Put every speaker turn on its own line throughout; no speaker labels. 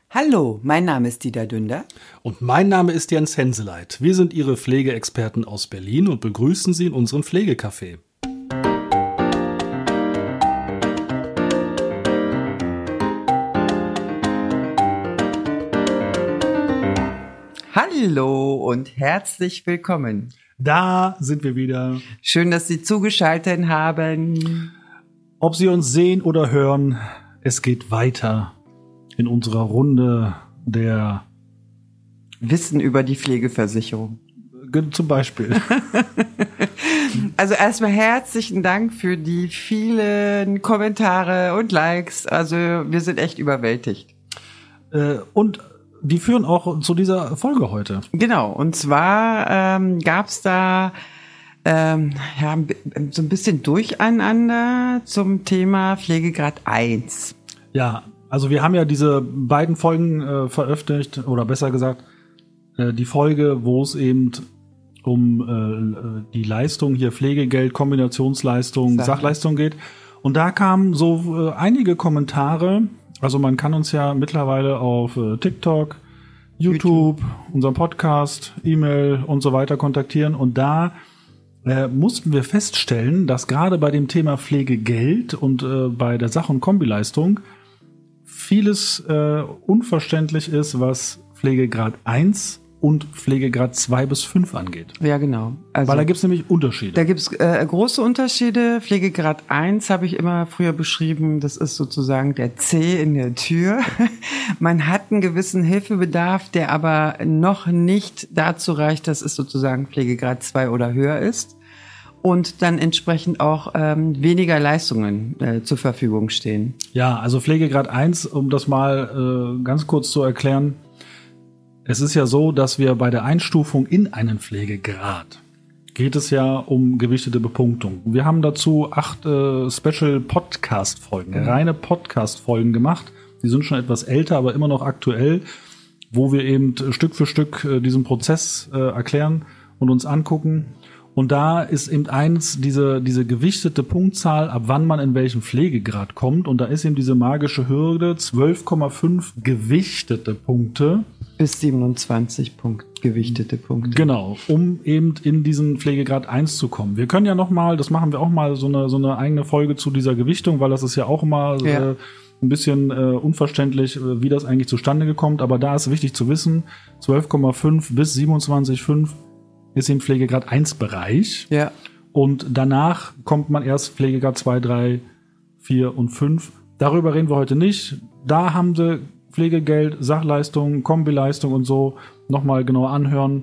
Hallo, mein Name ist Dieter Dünder.
Und mein Name ist Jens Henseleit. Wir sind Ihre Pflegeexperten aus Berlin und begrüßen Sie in unserem Pflegecafé.
Hallo und herzlich willkommen.
Da sind wir wieder.
Schön, dass Sie zugeschaltet haben.
Ob Sie uns sehen oder hören, es geht weiter in unserer Runde der
Wissen über die Pflegeversicherung.
Zum Beispiel.
Also erstmal herzlichen Dank für die vielen Kommentare und Likes. Also wir sind echt überwältigt.
Und die führen auch zu dieser Folge heute.
Genau, und zwar gab's da so ein bisschen Durcheinander zum Thema Pflegegrad 1.
Ja, also wir haben ja diese beiden Folgen veröffentlicht, oder besser gesagt, die Folge, wo es eben um die Leistung hier Pflegegeld, Kombinationsleistung, Sachleistung geht. Und da kamen so einige Kommentare. Also man kann uns ja mittlerweile auf TikTok, YouTube, unseren Podcast, E-Mail und so weiter kontaktieren. Und da mussten wir feststellen, dass gerade bei dem Thema Pflegegeld und bei der Sach- und Kombileistung vieles unverständlich ist, was Pflegegrad 1 und Pflegegrad 2 bis 5 angeht.
Ja, genau. Also,
weil da gibt es nämlich Unterschiede.
Da gibt es große Unterschiede. Pflegegrad 1 habe ich immer früher beschrieben, das ist sozusagen der C in der Tür. Man hat einen gewissen Hilfebedarf, der aber noch nicht dazu reicht, dass es sozusagen Pflegegrad 2 oder höher ist. Und dann entsprechend auch weniger Leistungen zur Verfügung stehen.
Ja, also Pflegegrad 1, um das mal ganz kurz zu erklären. Es ist ja so, dass wir bei der Einstufung in einen Pflegegrad geht es ja um gewichtete Bepunktung. Wir haben dazu 8 Special-Podcast-Folgen, reine Podcast-Folgen gemacht. Die sind schon etwas älter, aber immer noch aktuell, wo wir eben Stück für Stück diesen Prozess erklären und uns angucken. Und da ist eben eins, diese gewichtete Punktzahl, ab wann man in welchen Pflegegrad kommt. Und da ist eben diese magische Hürde, 12,5 gewichtete Punkte.
Bis 27 gewichtete Punkte.
Genau, um eben in diesen Pflegegrad 1 zu kommen. Wir können ja nochmal, das machen wir auch mal, so eine eigene Folge zu dieser Gewichtung, weil das ist ja auch immer ein bisschen unverständlich, wie das eigentlich zustande gekommen. Aber da ist wichtig zu wissen, 12,5 bis 27,5 ist im Pflegegrad 1 Bereich.
Ja.
Und danach kommt man erst Pflegegrad 2, 3, 4 und 5. Darüber reden wir heute nicht. Da haben sie Pflegegeld, Sachleistung, Kombileistung und so nochmal genauer anhören.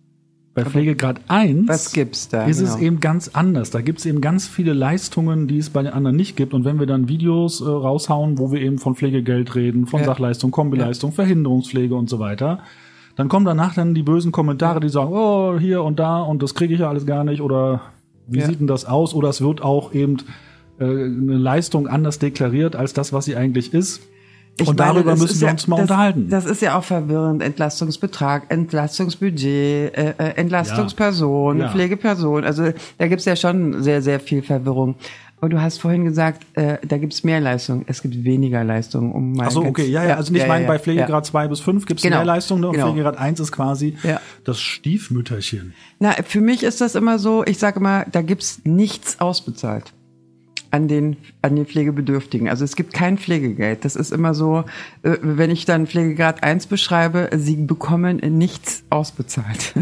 Bei Pflegegrad 1
was gibt's da?
Ist es eben ganz anders. Da gibt es eben ganz viele Leistungen, die es bei den anderen nicht gibt. Und wenn wir dann Videos raushauen, wo wir eben von Pflegegeld reden, von Sachleistung, Kombileistung, Verhinderungspflege und so weiter, dann kommen danach dann die bösen Kommentare, die sagen, oh, hier und da und das kriege ich ja alles gar nicht oder wie sieht denn das aus? Oder es wird auch eben eine Leistung anders deklariert als das, was sie eigentlich ist. Und darüber müssen wir uns mal unterhalten.
Das ist ja auch verwirrend. Entlastungsbetrag, Entlastungsbudget, Entlastungsperson, Pflegeperson. Also da gibt's ja schon sehr, sehr viel Verwirrung. Aber du hast vorhin gesagt, da gibt's mehr Leistung. Es gibt weniger Leistung.
Achso, okay. Also ich meine, bei Pflegegrad 2 bis 5 gibt's mehr Leistung, ne? Und Pflegegrad 1 ist quasi das Stiefmütterchen.
Na, für mich ist das immer so, ich sage immer, da gibt's nichts ausbezahlt an den Pflegebedürftigen. Also es gibt kein Pflegegeld. Das ist immer so, wenn ich dann Pflegegrad 1 beschreibe, sie bekommen nichts ausbezahlt.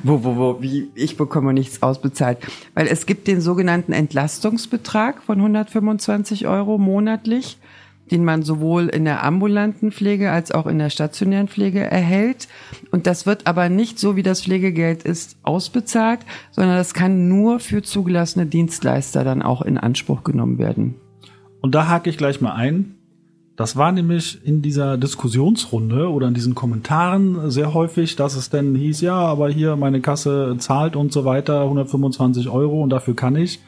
Ich bekomme nichts ausbezahlt. Weil es gibt den sogenannten Entlastungsbetrag von 125 € monatlich, den man sowohl in der ambulanten Pflege als auch in der stationären Pflege erhält. Und das wird aber nicht so, wie das Pflegegeld ist, ausbezahlt, sondern das kann nur für zugelassene Dienstleister dann auch in Anspruch genommen werden.
Und da hake ich gleich mal ein. Das war nämlich in dieser Diskussionsrunde oder in diesen Kommentaren sehr häufig, dass es dann hieß, ja, aber hier meine Kasse zahlt und so weiter 125 € und dafür kann ich.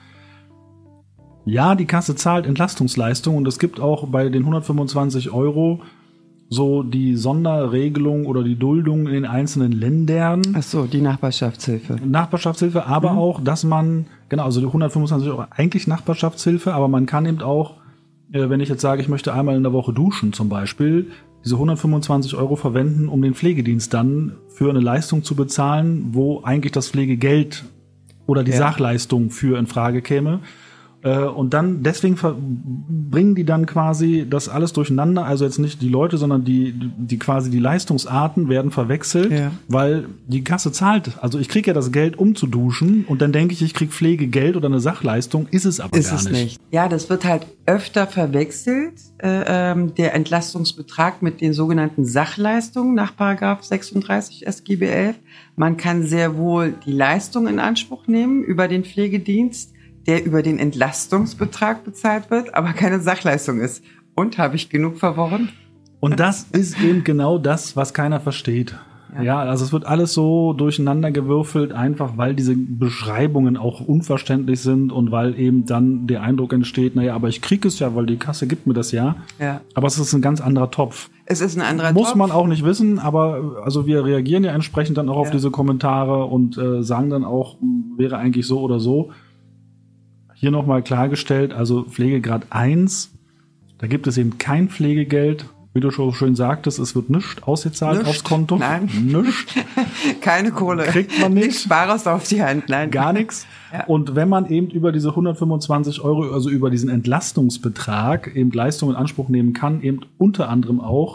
Ja, die Kasse zahlt Entlastungsleistung und es gibt auch bei den 125 € so die Sonderregelung oder die Duldung in den einzelnen Ländern.
Ach so, die Nachbarschaftshilfe.
Aber auch, dass man, genau, also die 125 € eigentlich Nachbarschaftshilfe, aber man kann eben auch, wenn ich jetzt sage, ich möchte einmal in der Woche duschen zum Beispiel, diese 125 € verwenden, um den Pflegedienst dann für eine Leistung zu bezahlen, wo eigentlich das Pflegegeld oder die Sachleistung für in Frage käme. Und dann, deswegen bringen die dann quasi das alles durcheinander, also jetzt nicht die Leute, sondern die quasi die Leistungsarten werden verwechselt, weil die Kasse zahlt. Also ich kriege ja das Geld, um zu duschen, und dann denke ich kriege Pflegegeld oder eine Sachleistung, ist es aber gar nicht.
Ja, das wird halt öfter verwechselt, der Entlastungsbetrag mit den sogenannten Sachleistungen nach § 36 SGB 11. Man kann sehr wohl die Leistung in Anspruch nehmen über den Pflegedienst, der über den Entlastungsbetrag bezahlt wird, aber keine Sachleistung ist. Und, habe ich genug verworren?
Und das ist eben genau das, was keiner versteht. Ja, also es wird alles so durcheinander gewürfelt, einfach weil diese Beschreibungen auch unverständlich sind und weil eben dann der Eindruck entsteht, naja, aber ich kriege es ja, weil die Kasse gibt mir das ja. Aber es ist ein ganz anderer Topf.
Es ist ein anderer
Muss
Topf.
man auch nicht wissen, aber also wir reagieren ja entsprechend dann auch auf diese Kommentare und sagen dann auch, wäre eigentlich so oder so. Hier nochmal klargestellt, also Pflegegrad 1, da gibt es eben kein Pflegegeld. Wie du schon schön sagtest, es wird nichts ausgezahlt aufs Konto.
Nein.
Nichts.
Keine Kohle.
Kriegt man nicht.
Nichts Bares auf die Hand. Nein.
Gar nichts. Ja. Und wenn man eben über diese 125 €, also über diesen Entlastungsbetrag, eben Leistungen in Anspruch nehmen kann, eben unter anderem auch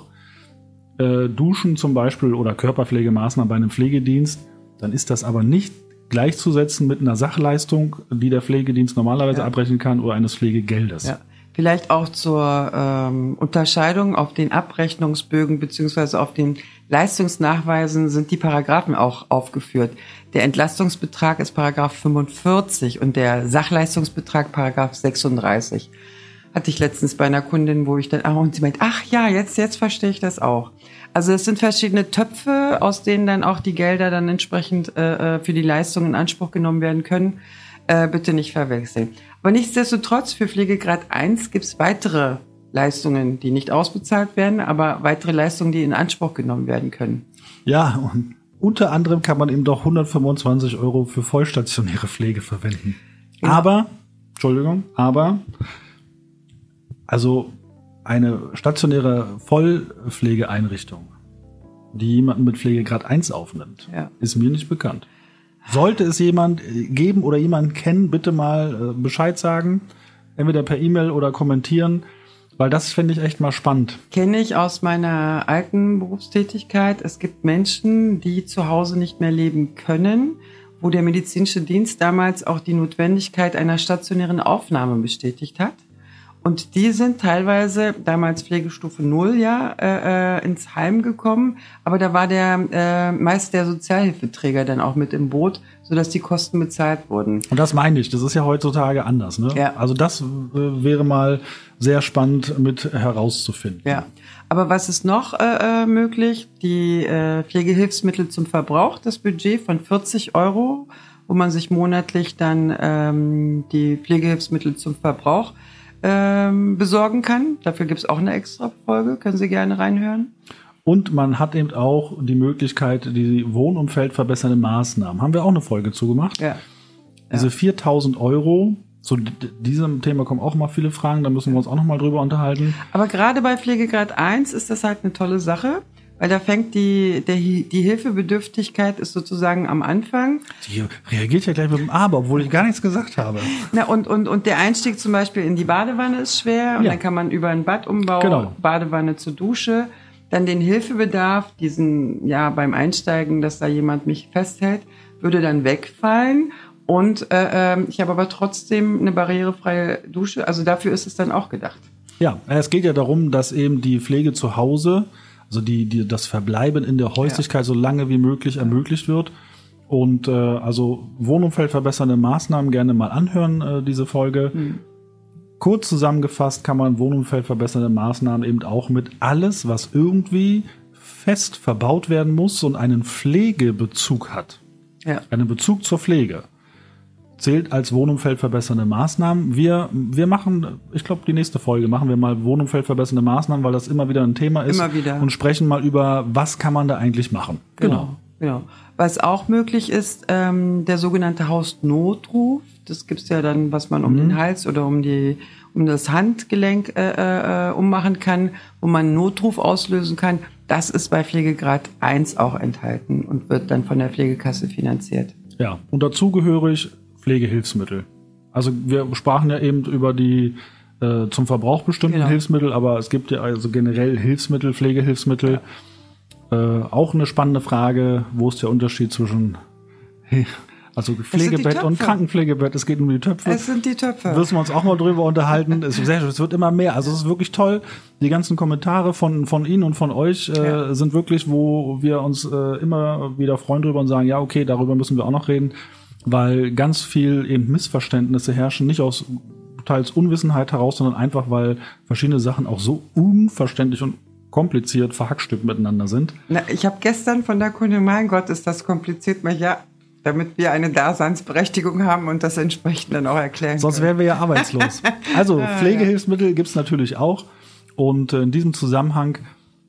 Duschen zum Beispiel oder Körperpflegemaßnahmen bei einem Pflegedienst, dann ist das aber nicht gleichzusetzen mit einer Sachleistung, die der Pflegedienst normalerweise abrechnen kann, oder eines Pflegegeldes.
Ja. Vielleicht auch zur Unterscheidung: auf den Abrechnungsbögen beziehungsweise auf den Leistungsnachweisen sind die Paragraphen auch aufgeführt. Der Entlastungsbetrag ist § 45 und der Sachleistungsbetrag § 36. Hatte ich letztens bei einer Kundin, wo ich dann, und sie meint, ach ja, jetzt verstehe ich das auch. Also es sind verschiedene Töpfe, aus denen dann auch die Gelder dann entsprechend für die Leistung in Anspruch genommen werden können. Bitte nicht verwechseln. Aber nichtsdestotrotz, für Pflegegrad 1 gibt es weitere Leistungen, die nicht ausbezahlt werden, aber weitere Leistungen, die in Anspruch genommen werden können.
Ja, und unter anderem kann man eben doch 125 € für vollstationäre Pflege verwenden. Genau. Aber, also eine stationäre Vollpflegeeinrichtung, die jemanden mit Pflegegrad 1 aufnimmt, ist mir nicht bekannt. Sollte es jemand geben oder jemanden kennen, bitte mal Bescheid sagen, entweder per E-Mail oder kommentieren, weil das finde ich echt mal spannend.
Kenne ich aus meiner alten Berufstätigkeit. Es gibt Menschen, die zu Hause nicht mehr leben können, wo der medizinische Dienst damals auch die Notwendigkeit einer stationären Aufnahme bestätigt hat. Und die sind teilweise, damals Pflegestufe 0, ins Heim gekommen. Aber da war meist der Sozialhilfeträger dann auch mit im Boot, sodass die Kosten bezahlt wurden.
Und das meine ich, das ist ja heutzutage anders, ne? Ja. Also das wäre mal sehr spannend mit herauszufinden.
Ja, aber was ist noch möglich? Die Pflegehilfsmittel zum Verbrauch, das Budget von 40 €, wo man sich monatlich dann die Pflegehilfsmittel zum Verbrauch besorgen kann. Dafür gibt es auch eine extra Folge, können Sie gerne reinhören.
Und man hat eben auch die Möglichkeit, die Wohnumfeld verbessernde Maßnahmen. Haben wir auch eine Folge zugemacht. Ja. Diese 4.000 €, zu diesem Thema kommen auch mal viele Fragen, da müssen wir uns auch noch mal drüber unterhalten.
Aber gerade bei Pflegegrad 1 ist das halt eine tolle Sache, weil da fängt die Hilfebedürftigkeit ist sozusagen am Anfang.
Die reagiert ja gleich mit dem Aber, obwohl ich gar nichts gesagt habe.
Na, und der Einstieg zum Beispiel in die Badewanne ist schwer. Und dann kann man über einen Badumbau, Badewanne zur Dusche, dann den Hilfebedarf, beim Einsteigen, dass da jemand mich festhält, würde dann wegfallen. Und ich habe aber trotzdem eine barrierefreie Dusche. Also dafür ist es dann auch gedacht.
Ja, es geht ja darum, dass eben die Pflege zu Hause, also das Verbleiben in der Häuslichkeit so lange wie möglich ermöglicht wird. Und also Wohnumfeld verbessernde Maßnahmen gerne mal anhören, diese Folge. Kurz zusammengefasst kann man Wohnumfeld verbessernde Maßnahmen eben auch mit alles, was irgendwie fest verbaut werden muss und einen Pflegebezug hat. Ja. Einen Bezug zur Pflege. Zählt als Wohnumfeld verbessernde Maßnahmen. Wir machen, ich glaube, die nächste Folge machen wir mal Wohnumfeld verbessernde Maßnahmen, weil das immer wieder ein Thema ist.
Immer wieder.
Und sprechen mal über, was kann man da eigentlich machen.
Genau. Was auch möglich ist, der sogenannte Hausnotruf. Das gibt's ja dann, was man um den Hals oder um die um das Handgelenk ummachen kann, wo man einen Notruf auslösen kann. Das ist bei Pflegegrad 1 auch enthalten und wird dann von der Pflegekasse finanziert.
Ja, und dazugehörig Pflegehilfsmittel. Also wir sprachen ja eben über die zum Verbrauch bestimmten Hilfsmittel, aber es gibt ja also generell Hilfsmittel, Pflegehilfsmittel. Auch eine spannende Frage, wo ist der Unterschied zwischen Pflegebett und Krankenpflegebett? Es geht um die Töpfe.
Es sind die Töpfe.
Müssen wir uns auch mal drüber unterhalten. Es wird immer mehr. Also es ist wirklich toll. Die ganzen Kommentare von Ihnen und von euch sind wirklich, wo wir uns immer wieder freuen drüber und sagen, ja, okay, darüber müssen wir auch noch reden, weil ganz viel eben Missverständnisse herrschen, nicht aus teils Unwissenheit heraus, sondern einfach, weil verschiedene Sachen auch so unverständlich und kompliziert verhackstückt miteinander sind.
Na, ich habe gestern von der Kundin, mein Gott, ist das kompliziert, damit wir eine Daseinsberechtigung haben und das entsprechend dann auch erklären können.
Sonst wären wir ja arbeitslos. Also Pflegehilfsmittel gibt's natürlich auch. Und in diesem Zusammenhang,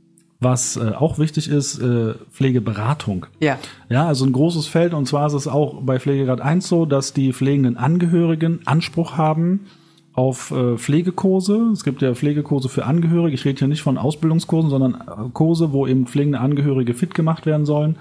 was auch wichtig ist, Pflegeberatung. Ja. Ja, also ein großes Feld. Und zwar ist es auch bei Pflegegrad 1 so, dass die pflegenden Angehörigen Anspruch haben auf Pflegekurse. Es gibt ja Pflegekurse für Angehörige. Ich rede hier nicht von Ausbildungskursen, sondern Kurse, wo eben pflegende Angehörige fit gemacht werden sollen.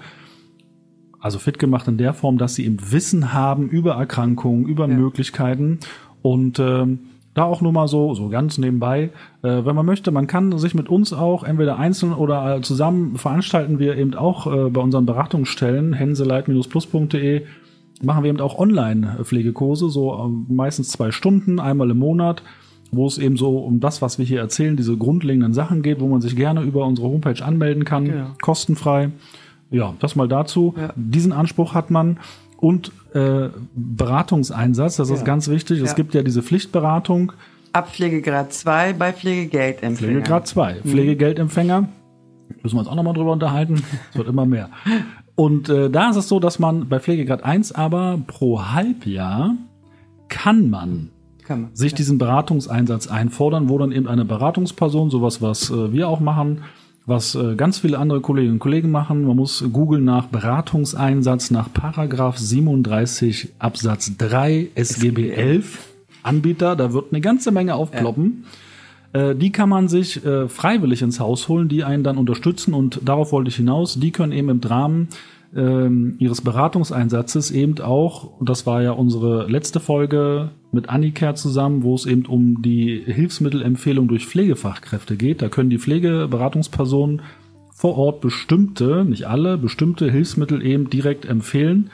Also fit gemacht in der Form, dass sie eben Wissen haben über Erkrankungen, über Möglichkeiten. Und da auch nur mal so ganz nebenbei, wenn man möchte, man kann sich mit uns auch entweder einzeln oder zusammen veranstalten wir eben auch bei unseren Beratungsstellen, henseleit-plus.de, machen wir eben auch Online-Pflegekurse, so meistens 2 Stunden, einmal im Monat, wo es eben so um das, was wir hier erzählen, diese grundlegenden Sachen geht, wo man sich gerne über unsere Homepage anmelden kann, kostenfrei. Ja, das mal dazu. Ja. Diesen Anspruch hat man. Und Beratungseinsatz, das ist ganz wichtig. Es gibt ja diese Pflichtberatung.
Ab Pflegegrad 2 bei Pflegegeldempfänger.
Pflegegrad 2. Pflegegeldempfänger. Müssen wir uns auch nochmal drüber unterhalten. Es wird immer mehr. Und da ist es so, dass man bei Pflegegrad 1 aber pro Halbjahr kann man sich diesen Beratungseinsatz einfordern, wo dann eben eine Beratungsperson, sowas, was wir auch machen, was ganz viele andere Kolleginnen und Kollegen machen. Man muss googeln nach Beratungseinsatz nach Paragraph 37 Absatz 3 SGB 11 Anbieter. Da wird eine ganze Menge aufploppen. Die kann man sich freiwillig ins Haus holen, die einen dann unterstützen. Und darauf wollte ich hinaus. Die können eben im Rahmen ihres Beratungseinsatzes eben auch, und das war ja unsere letzte Folge mit Annika zusammen, wo es eben um die Hilfsmittelempfehlung durch Pflegefachkräfte geht. Da können die Pflegeberatungspersonen vor Ort bestimmte, nicht alle, bestimmte Hilfsmittel eben direkt empfehlen.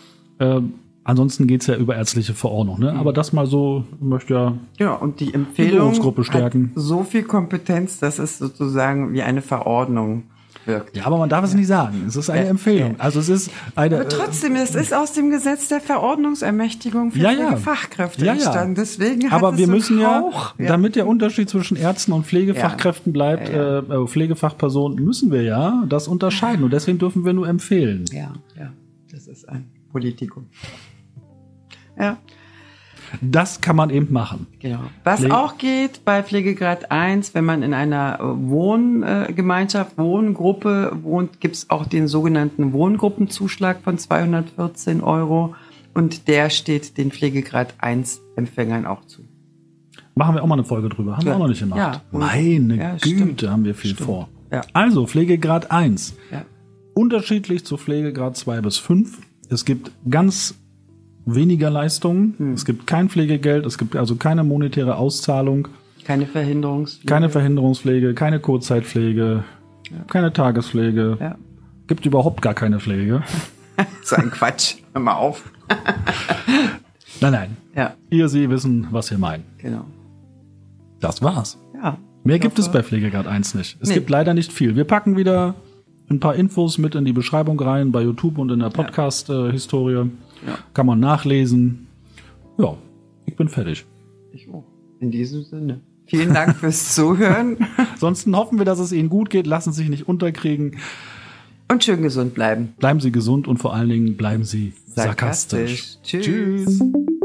Ansonsten geht's ja über ärztliche Verordnung, ne? Aber das mal so, möchte
und die Empfehlung
Berufsgruppe stärken.
Hat so viel Kompetenz, dass es sozusagen wie eine Verordnung wirkt.
Ja, aber man darf es nicht sagen. Es ist eine Empfehlung. Also es ist eine.
Aber trotzdem, es ist aus dem Gesetz der Verordnungsermächtigung für Pflegefachkräfte entstanden. Deswegen hat
aber wir müssen damit der Unterschied zwischen Ärzten und Pflegefachkräften bleibt, Pflegefachpersonen, müssen wir das unterscheiden. Und deswegen dürfen wir nur empfehlen.
Ja. Das ist ein Politikum. Ja.
Das kann man eben machen.
Genau. Was auch geht bei Pflegegrad 1, wenn man in einer Wohngemeinschaft, Wohngruppe wohnt, gibt es auch den sogenannten Wohngruppenzuschlag von 214 € und der steht den Pflegegrad 1 Empfängern auch zu.
Machen wir auch mal eine Folge drüber. Haben wir auch noch nicht gemacht.
Ja,
meine Güte, haben wir viel vor. Ja. Also Pflegegrad 1. Ja. Unterschiedlich zu Pflegegrad 2 bis 5. Es gibt ganz weniger Leistungen. Es gibt kein Pflegegeld. Es gibt also keine monetäre Auszahlung.
Keine Verhinderungspflege.
Keine Verhinderungspflege, keine Kurzzeitpflege, keine Tagespflege. Ja. Gibt überhaupt gar keine Pflege.
So ein Quatsch. Hör mal auf.
Nein. Ja. Sie wissen, was wir meinen.
Genau.
Das war's.
Ja.
Mehr gibt es bei Pflegegrad 1 nicht. Es gibt leider nicht viel. Wir packen wieder ein paar Infos mit in die Beschreibung rein, bei YouTube und in der Podcast-Historie. Ja. Kann man nachlesen. Ja, ich bin fertig.
Ich auch. In diesem Sinne. Vielen Dank fürs Zuhören.
Ansonsten hoffen wir, dass es Ihnen gut geht. Lassen Sie sich nicht unterkriegen.
Und schön gesund bleiben.
Bleiben Sie gesund und vor allen Dingen bleiben Sie sarkastisch.
Tschüss.